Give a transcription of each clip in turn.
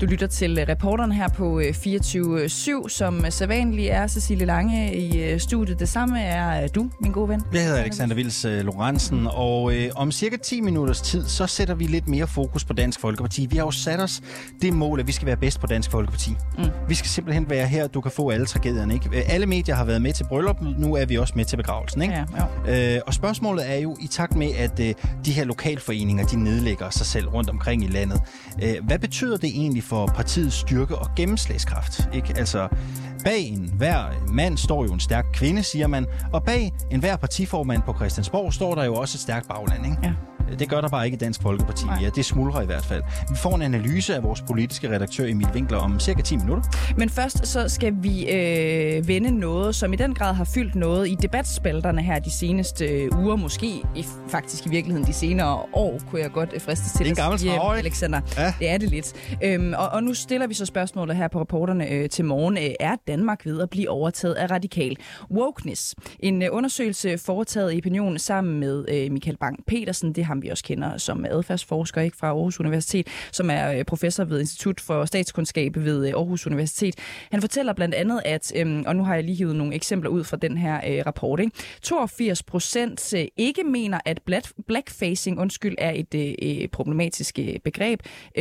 Du lytter til reporteren her på 24/7, som sædvanlig er Cecilie Lange i studiet. Det samme er du, min gode ven. Jeg hedder Alexander Vils Lorentzen, og om cirka 10 minutters tid, så sætter vi lidt mere fokus på Dansk Folkeparti. Vi har jo sat os det mål, at vi skal være bedst på Dansk Folkeparti. Vi skal simpelthen være her, du kan få alle tragedierne, ikke? Alle medier har været med til brylluppet, nu er vi også med til begravelsen, ikke? Ja. Og spørgsmålet er jo, i takt med, at de her lokalforeninger, de nedlægger sig selv rundt omkring i landet. Hvad betyder det egentlig for partiets styrke og gennemslagskraft? Ikke? Altså, bag enhver mand står jo en stærk kvinde, siger man, og bag enhver partiformand på Christiansborg står der jo også et stærkt bagland, ikke? Ja. Det gør der bare ikke i Dansk Folkeparti mere. Det smuldrer i hvert fald. Vi får en analyse af vores politiske redaktør Emil Winkler om cirka 10 minutter. Men først så skal vi vende noget, som i den grad har fyldt noget i debatspalterne her de seneste uger. Måske faktisk i virkeligheden de senere år, kunne jeg godt fristes til at sige, Alexander. Ja. Det er det lidt. Og nu stiller vi så spørgsmålet her på reporterne til morgen. Er Danmark ved at blive overtaget af radikal wokeness? En undersøgelse foretaget i Opinion sammen med Michael Bang-Petersen, det ham vi også kender som adfærdsforsker, ikke, fra Aarhus Universitet, som er professor ved Institut for Statskundskab ved Aarhus Universitet. Han fortæller blandt andet, at, og nu har jeg lige hivet nogle eksempler ud fra den her rapport, ikke? 82% ikke mener, at blackfacing er et problematisk begreb.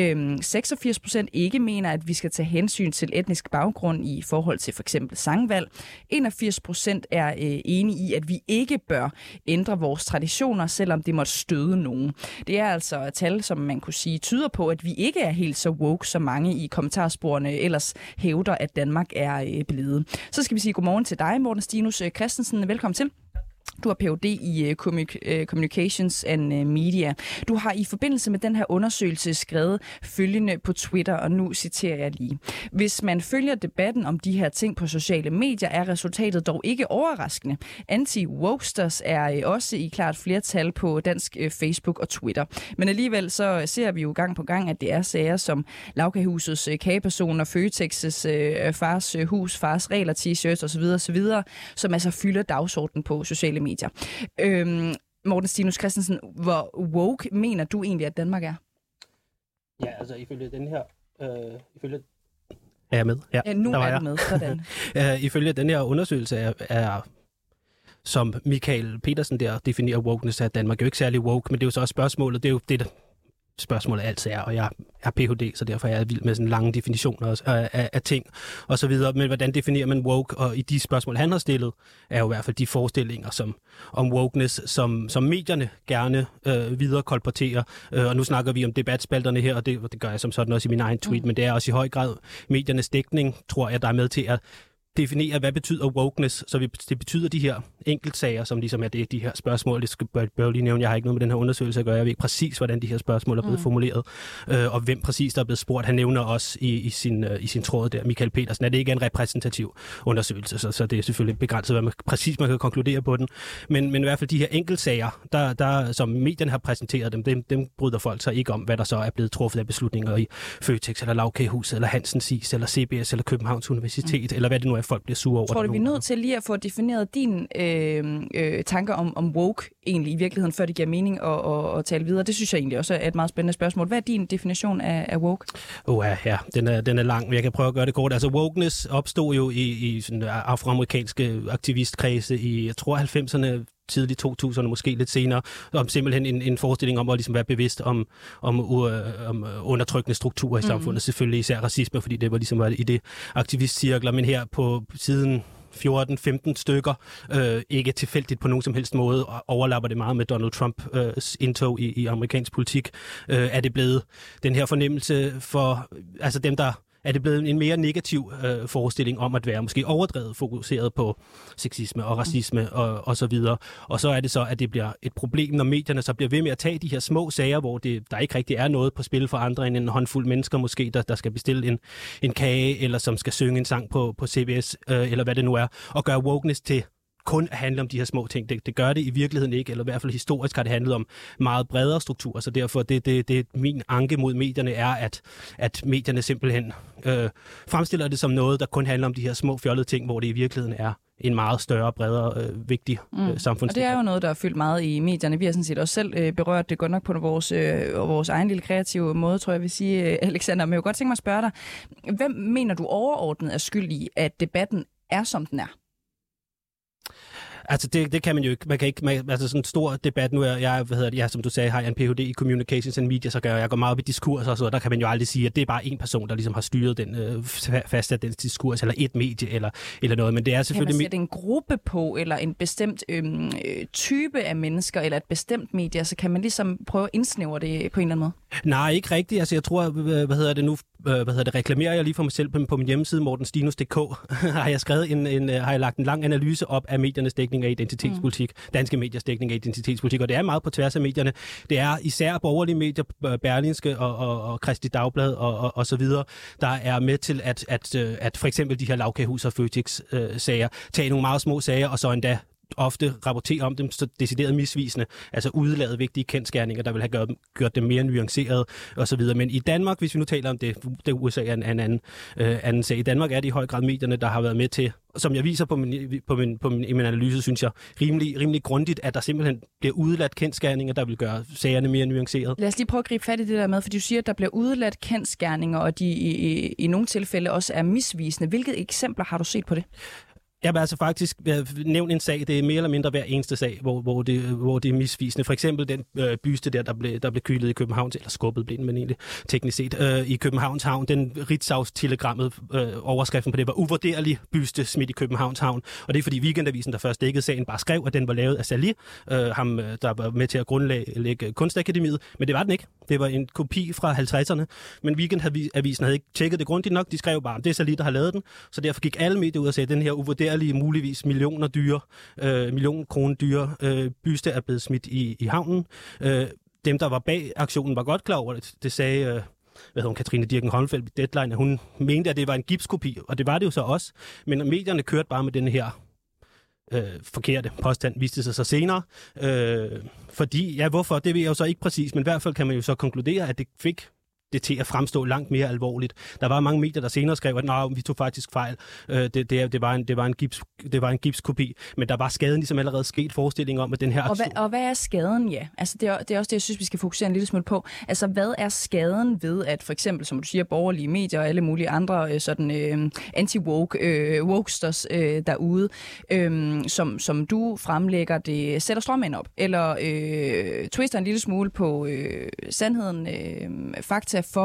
86% ikke mener, at vi skal tage hensyn til etnisk baggrund i forhold til for eksempel sangvalg. 81% er enige i, at vi ikke bør ændre vores traditioner, selvom det måtte støde nogen. Det er altså et tal, som man kunne sige tyder på, at vi ikke er helt så woke, som mange i kommentarsporene ellers hævder, at Danmark er blevet. Så skal vi sige godmorgen til dig, Morten Stinus Christensen. Velkommen til. Du har Ph.D. i Communications and Media. Du har i forbindelse med den her undersøgelse skrevet følgende på Twitter, og nu citerer jeg lige. Hvis man følger debatten om de her ting på sociale medier, er resultatet dog ikke overraskende. Anti-wokesters er også i klart flertal på dansk Facebook og Twitter. Men alligevel så ser vi jo gang på gang, at det er sager som Laukahusets kagepersoner, Føtex's fars hus, fars regler, t-shirts osv., som altså fylder dagsordenen på sociale medier. Morten Stinus Christensen, hvor woke mener du egentlig, at Danmark er? Ja, altså ifølge den her... Er jeg med? Ja, nu er du med. Sådan. Ifølge den her undersøgelse er som Michael Petersen der definerer wokeness af Danmark, jo ikke særlig woke, men det er jo så også spørgsmålet, det er jo det, spørgsmålet altid er, og jeg er Ph.D., så derfor er jeg vild med sådan lange definitioner af ting og så videre. Men hvordan definerer man woke? Og i de spørgsmål, han har stillet, er jo i hvert fald de forestillinger om wokeness, som medierne gerne videre kolporterer. Og nu snakker vi om debatspalterne her, og det gør jeg som sådan også i min egen tweet, men det er også i høj grad mediernes dækning, tror jeg, der er med til at definere, hvad betyder wokeness, så det betyder de her enkeltsager, som ligesom er de her spørgsmål. Det skal jeg lige nævne, jeg har ikke noget med den her undersøgelse at gøre. Jeg ved ikke præcis, hvordan de her spørgsmål er blevet formuleret, og hvem præcis der er blevet spurgt. Han nævner også i sin tråd der, Michael Petersen, at det ikke er en repræsentativ undersøgelse, så det er selvfølgelig begrænset, hvad man kan konkludere på den. Men i hvert fald de her enkeltsager, der som medierne har præsenteret dem bryder folk sig ikke om, hvad der så er blevet truffet af beslutninger i Føtex, eller Laukagehuset, eller Hansens Is, eller CBS, eller Københavns Universitet, eller hvad det nu er, folk bliver sure over. Tror du, vi er nødt til lige at få defineret din tanker om woke egentlig i virkeligheden, før det giver mening at tale videre? Det synes jeg egentlig også er et meget spændende spørgsmål. Hvad er din definition af woke? Ja, den er lang, men jeg kan prøve at gøre det kort. Altså, wokeness opstod jo i sådan afroamerikanske aktivistkredse i, jeg tror, 90'erne, tidligt 2000'erne, måske lidt senere, om simpelthen en forestilling om at ligesom være bevidst om undertrykkende strukturer i samfundet, selvfølgelig især racisme, fordi det var ligesom i det aktivistcirkler, men her på siden 14-15 stykker, ikke tilfældigt på nogen som helst måde, og overlapper det meget med Donald Trumps indtog i amerikansk politik, er det blevet den her fornemmelse for altså dem, der er det blevet en mere negativ forestilling om at være måske overdrevet fokuseret på sexisme og racisme og så videre. Og så er det så, at det bliver et problem, når medierne så bliver ved med at tage de her små sager, hvor der ikke rigtig er noget på spil for andre end en håndfuld mennesker måske, der skal bestille en kage, eller som skal synge en sang på CBS, eller hvad det nu er, og gøre wokeness til kun at handle om de her små ting. Det gør det i virkeligheden ikke, eller i hvert fald historisk har det handlet om meget bredere strukturer, så derfor det min anke mod medierne er, at medierne simpelthen fremstiller det som noget, der kun handler om de her små fjollede ting, hvor det i virkeligheden er en meget større, bredere, vigtig samfundsdebat. Og det er jo noget, der er fyldt meget i medierne. Vi har sådan set også selv berørt det godt nok på vores egen lille kreative måde, tror jeg vil sige, Alexander. Men jeg kunne godt tænke mig at spørge dig, hvem mener du overordnet er skyld i, at debatten er, som den er? Altså, det kan man jo ikke. Man kan ikke altså sådan en stor debat. Nu er jeg, som du sagde, har jeg en Ph.D. i Communications and Media, så jeg går meget op i diskurs og så der kan man jo aldrig sige, at det er bare en person, der ligesom har styret den fastsat den diskurs, eller et medie, eller noget. Men det er selvfølgelig... Kan man sætte en gruppe på, eller en bestemt type af mennesker, eller et bestemt medie, så kan man ligesom prøve at indsnævre det på en eller anden måde? Nej, ikke rigtigt. Altså, jeg tror, reklamerer jeg lige for mig selv på min hjemmeside, mortenstinus.dk, har jeg skrevet har jeg lagt en lang analyse op af mediernes dækning af identitetspolitik, danske mediers dækning af identitetspolitik, og det er meget på tværs af medierne. Det er især borgerlige medier, Berlingske og Kristi Dagblad og så videre, der er med til at for eksempel de her Lavkagehus og Føtex-sager, tage nogle meget små sager, og så endda ofte rapportere om dem så decideret misvisende, altså udelade vigtige kendsgerninger, der vil have gjort dem mere nuanceret og så videre. Men i Danmark, hvis vi nu taler om det USA er en anden sag. I Danmark er det i høj grad medierne, der har været med til, som jeg viser på min analyse, synes jeg, rimelig grundigt, at der simpelthen bliver udeladt kendsgerninger, der vil gøre sagerne mere nuanceret. Lad os lige prøve at gribe fat i det der med, for du siger, at der bliver udeladt kendsgerninger, og de i nogle tilfælde også er misvisende. Hvilke eksempler har du set på det? Jeg vil altså faktisk nævne en sag, det er mere eller mindre hver eneste sag, hvor det er misvisende. For eksempel den byste der blev kylet i København, eller skubbet blev den, men egentlig teknisk set, i Københavns Havn. Den Ritzau-telegrammet, overskriften på det var uvurderlig byste smidt i Københavns Havn. Og det er fordi Weekendavisen, der først dækkede sagen, bare skrev, at den var lavet af Sali, ham der var med til at grundlægge Kunstakademiet. Men det var den ikke. Det var en kopi fra 50'erne. Men Weekendavisen havde ikke tjekket det grundigt nok. De skrev bare, det er Sali, der har lavet den. Så derfor gik alle medier ud og sagde, at den her uvurderlige muligvis millioner kroner dyre byste er blevet smidt i havnen. Dem, der var bag aktionen, var godt klar over det. Det sagde Katrine Dirken-Holmfeldt i Deadline, at hun mente, at det var en gipskopi, og det var det jo så også. Men medierne kørte bare med den her forkerte påstand, viste sig så senere. Fordi, hvorfor, det ved jeg jo så ikke præcis, men i hvert fald kan man jo så konkludere, at det fik det til at fremstå langt mere alvorligt. Der var mange medier, der senere skrev, at vi tog faktisk fejl. Det var en gipskopi, men der var skaden ligesom allerede sket, forestilling om, at den her aktion... Og hvad er skaden, ja? Altså, det er også det, jeg synes, vi skal fokusere en lille smule på. Altså, hvad er skaden ved, at for eksempel, som du siger, borgerlige medier og alle mulige andre sådan wokesters derude, som du fremlægger, det sætter stråmænd op, eller twister en lille smule på sandheden, fakta for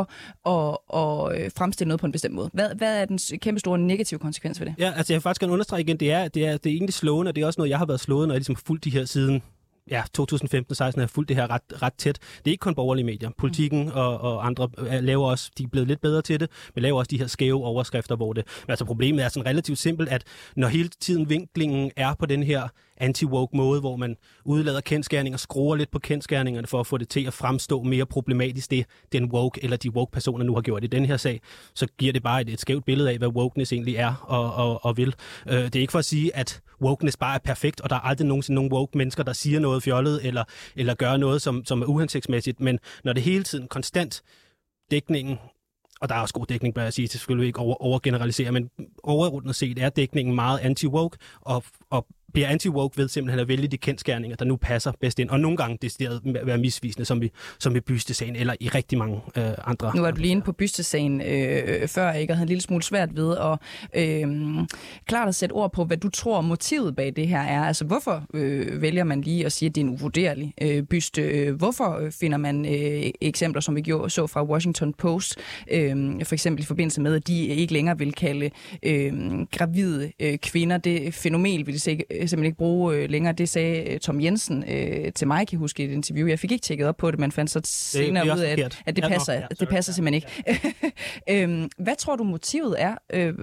at fremstille noget på en bestemt måde. Hvad er den kæmpe store negative konsekvens ved det? Ja, altså jeg vil faktisk gerne understrege igen, det er egentlig slående, og det er også noget, jeg har været slået, når jeg ligesom har fulgt de her siden 2015-16 har jeg fulgt det her ret tæt. Det er ikke kun borgerlige medier. Politikken og andre laver også, de er blevet lidt bedre til det, men laver også de her skæve overskrifter, hvor det... Men altså problemet er sådan relativt simpelt, at når hele tiden vinklingen er på den her anti-woke måde, hvor man udlader kendsgerninger, skruer lidt på kendsgerningerne for at få det til at fremstå mere problematisk, det den woke eller de woke personer nu har gjort i den her sag, så giver det bare et skævt billede af, hvad wokeness egentlig er og vil. Det er ikke for at sige, at wokeness bare er perfekt, og der er aldrig nogensinde nogen woke mennesker, der siger noget fjollet eller gør noget, som er uhensigtsmæssigt, men når det hele tiden konstant dækningen, og der er også god dækning, bør jeg sige, til selvfølgelig ikke overgeneralisere, men overordnet set er dækningen meget anti-woke, og bliver anti-woke ved simpelthen at vælge de kendsgerninger, der nu passer bedst ind, og nogle gange decideret være misvisende, som i bystesagen, eller i rigtig mange andre. Nu er du lige inde på bystesagen før, ikke, og havde en lille smule svært ved at klart at sætte ord på, hvad du tror motivet bag det her er. Altså, hvorfor vælger man lige at sige, at det er en uvurderlig byste? Hvorfor finder man eksempler, som vi så fra Washington Post, for eksempel i forbindelse med, at de ikke længere vil kalde gravide kvinder, det fænomen vil de simpelthen ikke bruge længere. Det sagde Tom Jensen til mig, kan jeg huske i et interview. Jeg fik ikke tjekket op på det, men fandt så senere ud af, at det passer simpelthen ikke. Hvad tror du motivet er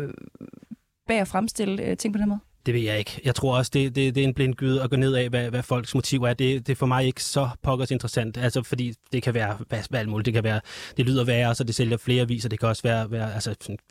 bag at fremstille ting på den måde? Det ved jeg ikke. Jeg tror også, det er en blindgyde at gå ned af, hvad folks motiv er. Det er for mig ikke så pokkers interessant. Altså, fordi det kan være hvad muligt. Det kan være, det lyder værre, så det sælger flere aviser. Det kan også være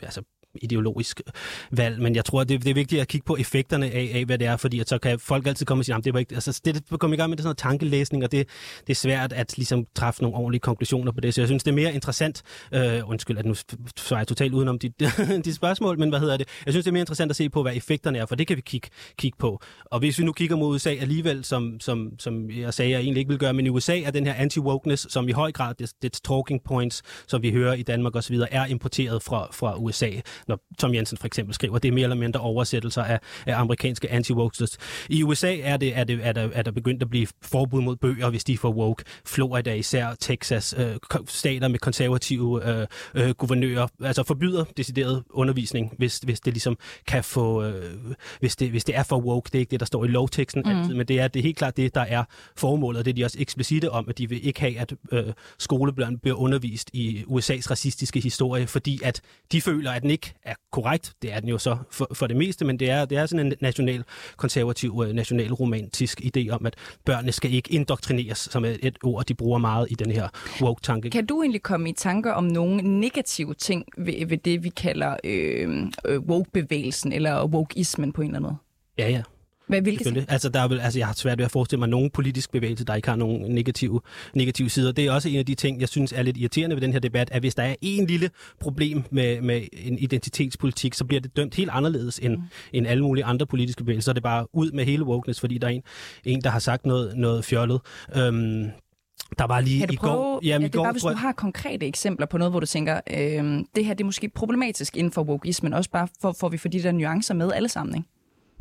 ideologisk valg, men jeg tror, det er vigtigt at kigge på effekterne af, hvad det er, fordi at så kan folk altid komme og sige, det var ikke, altså det kommer i gang med det sådan noget tankelæsning, og det er svært at ligesom træffe nogle ordentlige konklusioner på det, så jeg synes, det er mere interessant, undskyld, at nu svarer jeg totalt udenom de spørgsmål, men jeg synes, det er mere interessant at se på, hvad effekterne er, for det kan vi kigge på. Og hvis vi nu kigger mod USA alligevel, som jeg sagde, jeg egentlig ikke vil gøre, men i USA er den her anti-wokeness, som i høj grad, det talking points, som vi hører i Danmark osv., er importeret fra USA. Når Tom Jensen for eksempel skriver, det er mere eller mindre oversættelser af amerikanske anti-wokeness. I USA er der begyndt at blive forbud mod bøger, hvis de får woke. Florida især, Texas, stater med konservative guvernører, altså forbyder decideret undervisning, hvis det ligesom kan få, hvis det er for woke. Det er ikke det, der står i lovteksten altid, men det er helt klart det, der er formålet, og det er de også eksplicite om, at de vil ikke have, at skolebørn bliver undervist i USA's racistiske historie, fordi at de føler, at den ikke er korrekt. Det er den jo så for det meste, men det er sådan en nationalkonservativ, nationalromantisk idé om, at børnene skal ikke indoktrineres, som er et ord, de bruger meget i den her woke-tanke. Kan du egentlig komme i tanker om nogle negative ting ved det, vi kalder woke-bevægelsen, eller wokeismen på en eller anden måde? Ja. Hvilke ting? Altså, jeg har svært ved at forestille mig nogen politisk bevægelse, der ikke har nogen negative sider. Det er også en af de ting, jeg synes er lidt irriterende ved den her debat, at hvis der er en lille problem med en identitetspolitik, så bliver det dømt helt anderledes end alle mulige andre politiske bevægelser. Så er det bare ud med hele wokeness, fordi der er en der har sagt noget fjollet. Der var lige i går... Hvis du har konkrete eksempler på noget, hvor du tænker, det her det er måske problematisk inden for wokeismen, også bare får vi for de der nuancer med alle sammen, ikke?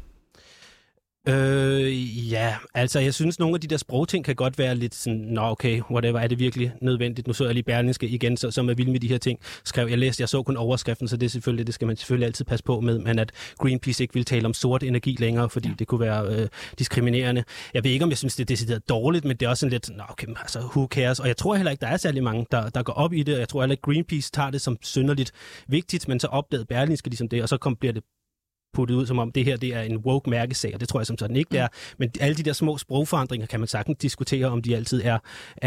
Ja, altså jeg synes, nogle af de der sprogting kan godt være lidt sådan, okay, whatever, er det virkelig nødvendigt? Nu så jeg lige Berlingske igen, som er vild med de her ting. Jeg så kun overskriften, så det skal man selvfølgelig altid passe på med, men at Greenpeace ikke vil tale om sort energi længere, fordi det kunne være diskriminerende. Jeg ved ikke, om jeg synes, det er decideret dårligt, men det er også sådan lidt, okay, altså who cares? Og jeg tror heller ikke, der er særlig mange, der går op i det, og jeg tror heller ikke, Greenpeace tager det som synderligt vigtigt, men så opdagede Berlingske ligesom det, og så bliver det puttet ud, som om det her det er en woke-mærkesag, og det tror jeg som sådan ikke, det er. Men alle de der små sprogforandringer kan man sagtens diskutere, om de altid er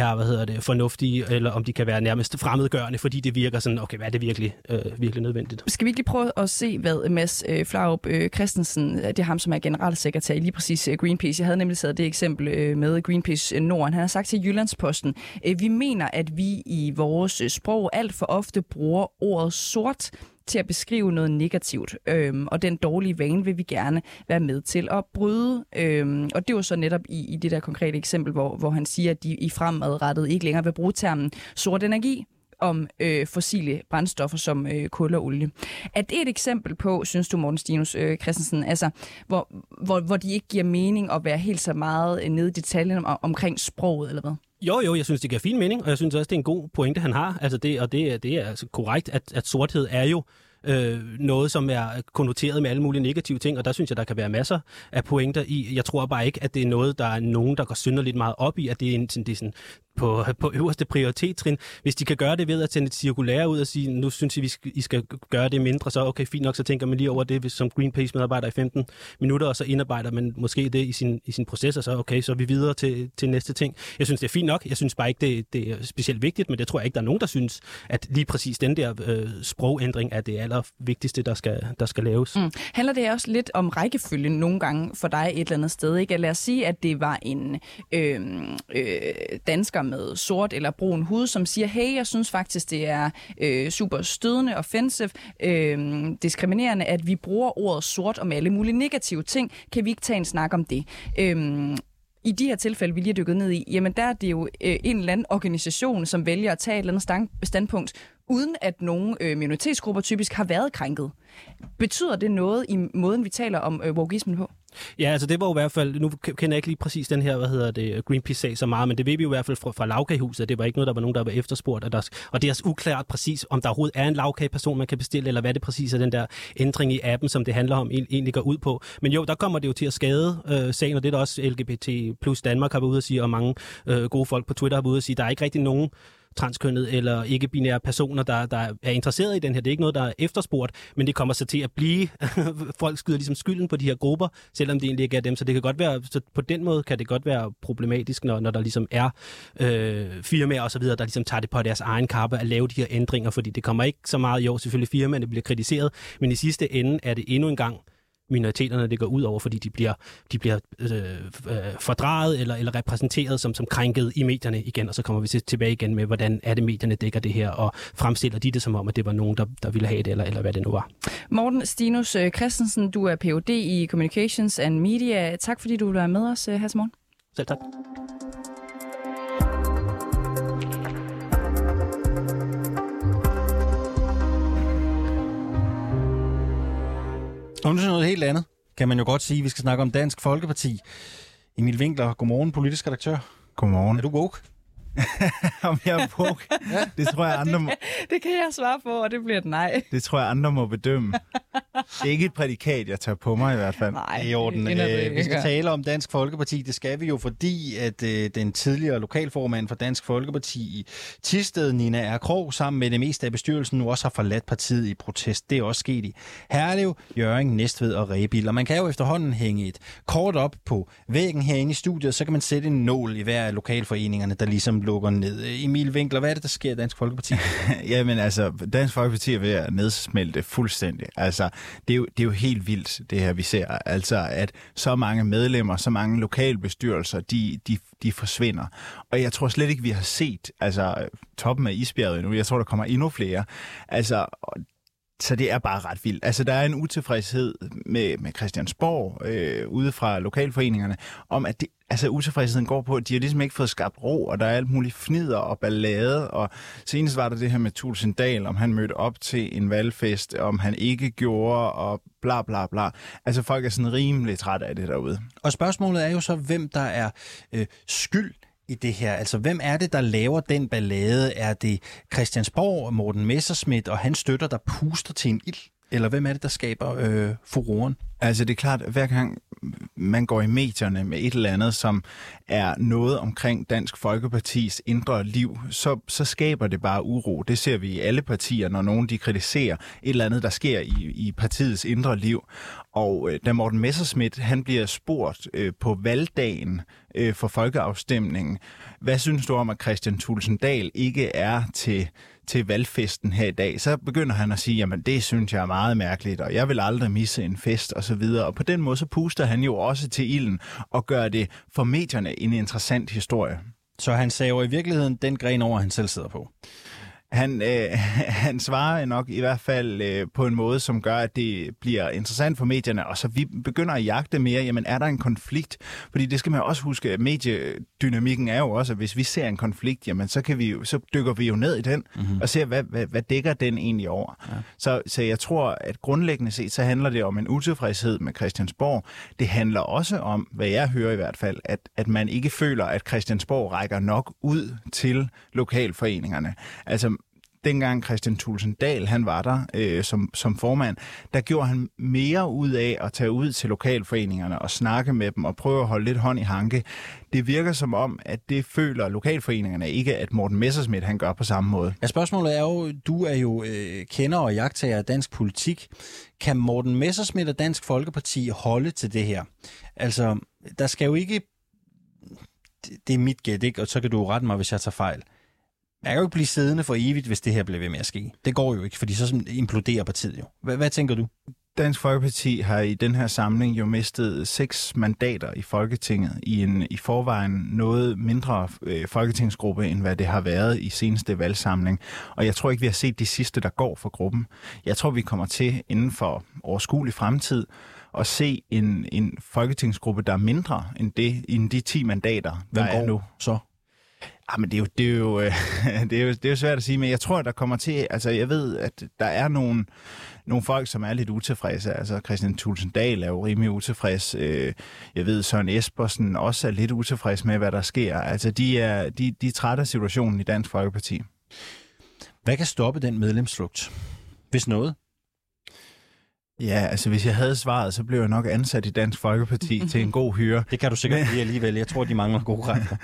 fornuftige, eller om de kan være nærmest fremmedgørende, fordi det virker sådan, okay, hvad er det virkelig nødvendigt? Skal vi ikke lige prøve at se, hvad Mads Flaup Christensen, det er ham, som er generalsekretær i lige præcis Greenpeace. Jeg havde nemlig taget det eksempel med Greenpeace Norden. Han har sagt til Jyllandsposten, vi mener, at vi i vores sprog alt for ofte bruger ordet sort til at beskrive noget negativt, og den dårlige vane vil vi gerne være med til at bryde. Og det var så netop i det der konkrete eksempel, hvor han siger, at de i fremadrettet ikke længere vil bruge termen sort energi om fossile brændstoffer som kul og olie. Er det et eksempel på, synes du, Morten Stinus Christensen, altså, hvor de ikke giver mening at være helt så meget nede i detaljen omkring sproget, eller hvad? Jo, jeg synes, det giver fin mening, og jeg synes også, det er en god pointe, han har. Altså det er altså korrekt, at sorthed er jo noget, som er konnoteret med alle mulige negative ting, og der synes jeg, der kan være masser af pointer i. Jeg tror bare ikke, at det er noget, der er nogen, der går synderligt meget op i, at det er sådan på øverste prioritetstrin. Hvis de kan gøre det ved at sende et cirkulære ud og sige, nu synes I skal gøre det mindre, så okay, fint nok, så tænker man lige over det, hvis som Greenpeace-medarbejder i 15 minutter, og så indarbejder man måske det i sin proces, og så okay, så er vi videre til næste ting. Jeg synes, det er fint nok. Jeg synes bare ikke, det er specielt vigtigt, men det tror jeg ikke, der er nogen, der synes, at lige præcis den der sprogændring er det allervigtigste, der skal laves. Handler det også lidt om rækkefølgen nogle gange for dig et eller andet sted, ikke? Lad os sige, at det var en dansker med sort eller brun hud, som siger, hey, jeg synes faktisk, det er super stødende, offensive, diskriminerende, at vi bruger ordet sort om alle mulige negative ting. Kan vi ikke tage en snak om det? I de her tilfælde, vi lige har dykket ned i, jamen der er det jo en eller anden organisation, som vælger at tage et eller andet standpunkt, uden at nogle minoritetsgrupper typisk har været krænket. Betyder det noget i måden, vi taler om wokeismen på? Ja, altså det var jo i hvert fald, nu kender jeg ikke lige præcis den her, Greenpeace-sag så meget, men det ved vi jo i hvert fald fra Lagkagehuset, det var ikke noget, der var nogen, der var efterspurgt, og det er også uklart præcis, om der overhovedet er en lavkageperson, man kan bestille, eller hvad det præcis er, den der ændring i appen, som det handler om, egentlig går ud på. Men jo, der kommer det jo til at skade sagen, og det er der også LGBT plus Danmark har været ude at sige, og mange gode folk på Twitter har været ude at sige, der er ikke rigtig nogen transkønnet eller ikke-binære personer, der er interesseret i den her. Det er ikke noget, der er efterspurgt, men det kommer så til at blive. Folk skyder ligesom skylden på de her grupper, selvom det egentlig ikke er dem. Så det kan godt være, så på den måde kan det godt være problematisk, når der ligesom er firmaer og så videre, der ligesom tager det på deres egen kappe at lave de her ændringer, fordi det kommer ikke så meget i år. Selvfølgelig firmaerne bliver kritiseret, men i sidste ende er det endnu en gang minoriteterne, det går ud over, fordi de bliver fordrejet eller repræsenteret som krænket i medierne igen, og så kommer vi tilbage igen med, hvordan er det medierne dækker det her, og fremstiller de det som om, at det var nogen, der ville have det, eller hvad det nu var. Morten Stinus Christensen, du er Ph.D. i Communications and Media. Tak fordi du vil være med os her til morgen. Selv tak. Og nu til noget helt andet, kan man jo godt sige. Vi skal snakke om Dansk Folkeparti. Emil Winkler, godmorgen, politisk redaktør. Godmorgen. Er du woke? Om jeg er woke? Ja. Det tror jeg andre må... Det kan jeg svare på, og det bliver et nej. Det tror jeg andre må bedømme. Det er ikke et prædikat, jeg tager på mig i hvert fald. Nej, i orden. Vi skal tale om Dansk Folkeparti. Det skal vi jo, fordi at den tidligere lokalformand for Dansk Folkeparti i Thisted, Nina R. Krog, sammen med det meste af bestyrelsen, nu også har forladt partiet i protest. Det er også sket i Herlev, Hjørring, Næstved og Rebild. Og man kan jo efterhånden hænge et kort op på væggen herinde i studiet, så kan man sætte en nål i hver af lokalforeningerne, der ligesom lukker ned. Emil Winkler, hvad er det, der sker i Dansk Folkeparti? Jamen altså, Dansk Folkeparti er ved at nedsmelte fuldstændig. Altså, det er jo helt vildt, det her, vi ser. Altså, at så mange medlemmer, så mange lokalbestyrelser, de forsvinder. Og jeg tror slet ikke, vi har set toppen af isbjerget endnu. Jeg tror, der kommer endnu flere. Altså, så det er bare ret vildt. Altså, der er en utilfredshed med Christiansborg ude fra lokalforeningerne, om at utilfredsheden går på, at de har ligesom ikke fået skabt ro, og der er alt muligt fnider og ballade, og senest var der det her med Thulesen Dahl, om han mødte op til en valgfest, om han ikke gjorde, og bla bla bla. Altså, folk er sådan rimelig trætte af det derude. Og spørgsmålet er jo så, hvem der er skyld i det her. Altså, hvem er det, der laver den ballade? Er det Christiansborg og Morten Messerschmidt og hans støtter, der puster til en ild? Eller hvem er det, der skaber furoren? Altså, det er klart, at hver gang man går i medierne med et eller andet, som er noget omkring Dansk Folkepartis indre liv, så skaber det bare uro. Det ser vi i alle partier, når nogen de kritiserer et eller andet, der sker i partiets indre liv. Og da Morten Messerschmidt, han bliver spurgt på valgdagen for folkeafstemningen, hvad synes du om, at Kristian Thulesen Dahl ikke er til valgfesten her i dag, så begynder han at sige, jamen det synes jeg er meget mærkeligt, og jeg vil aldrig misse en fest, og så videre. Og på den måde, så puster han jo også til ilden og gør det for medierne en interessant historie. Så han saver i virkeligheden den gren over, han selv sidder på? Han svarer nok i hvert fald på en måde, som gør, at det bliver interessant for medierne, og så vi begynder at jagte mere, jamen er der en konflikt? Fordi det skal man også huske, at mediedynamikken er jo også, at hvis vi ser en konflikt, jamen så dykker vi jo ned i den, og ser, hvad dækker den egentlig over? Ja. Så jeg tror, at grundlæggende set, så handler det om en utilfredshed med Christiansborg. Det handler også om, hvad jeg hører i hvert fald, at man ikke føler, at Christiansborg rækker nok ud til lokalforeningerne. Altså, dengang Kristian Thulesen Dahl, han var der som formand, der gjorde han mere ud af at tage ud til lokalforeningerne og snakke med dem og prøve at holde lidt hånd i hanke. Det virker som om, at det føler lokalforeningerne ikke, at Morten Messerschmidt han gør på samme måde. Ja, spørgsmålet er jo, du er jo kender og jagttager af dansk politik. Kan Morten Messerschmidt og Dansk Folkeparti holde til det her? Altså, der skal jo ikke... Det er mit gæt, ikke? Og så kan du rette mig, hvis jeg tager fejl. Jeg kan jo ikke blive siddende for evigt, hvis det her bliver ved med at ske. Det går jo ikke, fordi så imploderer partiet jo. Hvad tænker du? Dansk Folkeparti har i den her samling jo mistet 6 mandater i Folketinget i en i forvejen noget mindre folketingsgruppe, end hvad det har været i seneste valgsamling. Og jeg tror ikke, vi har set de sidste, der går for gruppen. Jeg tror, vi kommer til inden for overskuelig fremtid at se en folketingsgruppe, der er mindre end de 10 mandater, der er nu. Så? Men det er jo svært at sige, men jeg tror, at der kommer til... Altså, jeg ved, at der er nogle folk, som er lidt utilfredse. Altså, Kristian Thulesen Dahl er jo rimelig utilfreds. Jeg ved, Søren Espersen også er lidt utilfreds med, hvad der sker. Altså, de er trætte af situationen i Dansk Folkeparti. Hvad kan stoppe den medlemsflugt, hvis noget? Ja, altså hvis jeg havde svaret, så blev jeg nok ansat i Dansk Folkeparti til en god hyre. Det kan du sikkert blive alligevel. Jeg tror, de mangler gode kræfter.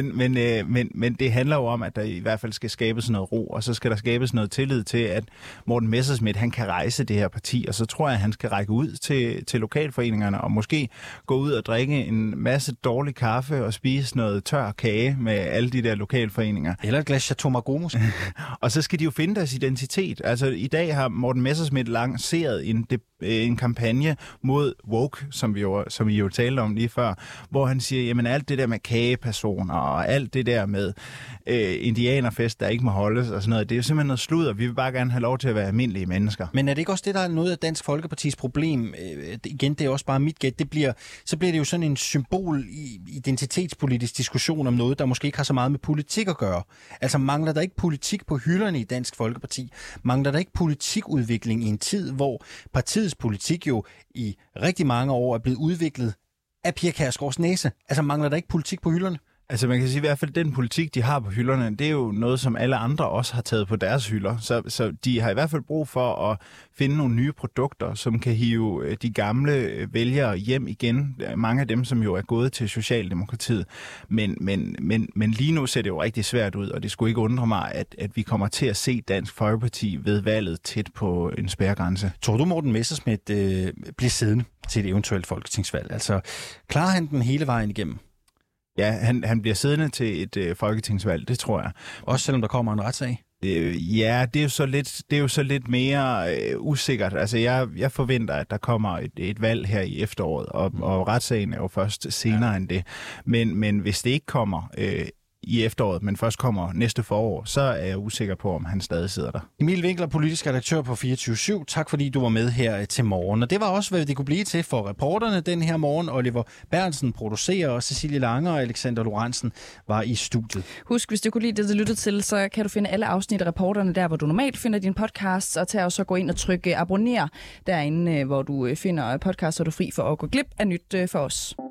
Men det handler jo om, at der i hvert fald skal skabes noget ro, og så skal der skabes noget tillid til, at Morten Messerschmidt, han kan rejse det her parti, og så tror jeg, at han skal række ud til lokalforeningerne, og måske gå ud og drikke en masse dårlig kaffe og spise noget tør kage med alle de der lokalforeninger. Eller et glas Chateau Margaux måske. Og så skal de jo finde deres identitet. Altså i dag har Morten Messerschmidt lanceret en kampagne mod woke, som I jo talte om lige før, hvor han siger, jamen alt det der med kagepersoner og alt det der med indianerfest, der ikke må holdes og sådan noget, det er jo simpelthen noget sludder. Vi vil bare gerne have lov til at være almindelige mennesker. Men er det ikke også det, der er noget af Dansk Folkepartis problem? Igen, det er også bare mit gæt. Så bliver det jo sådan en identitetspolitisk diskussion om noget, der måske ikke har så meget med politik at gøre. Altså mangler der ikke politik på hylderne i Dansk Folkeparti? Mangler der ikke politikudvikling i en tid, hvor partiets politik jo i rigtig mange år er blevet udviklet af Pia Kjærsgaards næse? Altså mangler der ikke politik på hylderne? Altså man kan sige i hvert fald, den politik, de har på hylderne, det er jo noget, som alle andre også har taget på deres hylder. Så de har i hvert fald brug for at finde nogle nye produkter, som kan hive de gamle vælgere hjem igen. Mange af dem, som jo er gået til Socialdemokratiet. Men lige nu ser det jo rigtig svært ud, og det skulle ikke undre mig, at vi kommer til at se Dansk Folkeparti ved valget tæt på en spærregrænse. Tror du, Morten Messerschmidt bliver siddende til et eventuelt folketingsvalg? Altså, klarer han den hele vejen igennem? Ja, han bliver siddende til et folketingsvalg, det tror jeg. Også selvom der kommer en retssag? Ja, det er jo så lidt mere usikkert. Altså, jeg forventer, at der kommer et valg her i efteråret, og retssagen er jo først senere end det. Men hvis det ikke kommer i efteråret, men først kommer næste forår, så er jeg usikker på, om han stadig sidder der. Emil Winkler, politisk redaktør på 24/7. Tak fordi du var med her til morgen. Og det var også, hvad det kunne blive til for reporterne den her morgen. Oliver Berntsen producerer, og Cecilie Lange og Alexander Lorentzen var i studiet. Husk, hvis du kunne lide det, du lyttede til, så kan du finde alle afsnit af reporterne der, hvor du normalt finder din podcast, og tag også gå ind og trykke abonner derinde, hvor du finder podcast, så er du fri for at gå glip af nyt for os.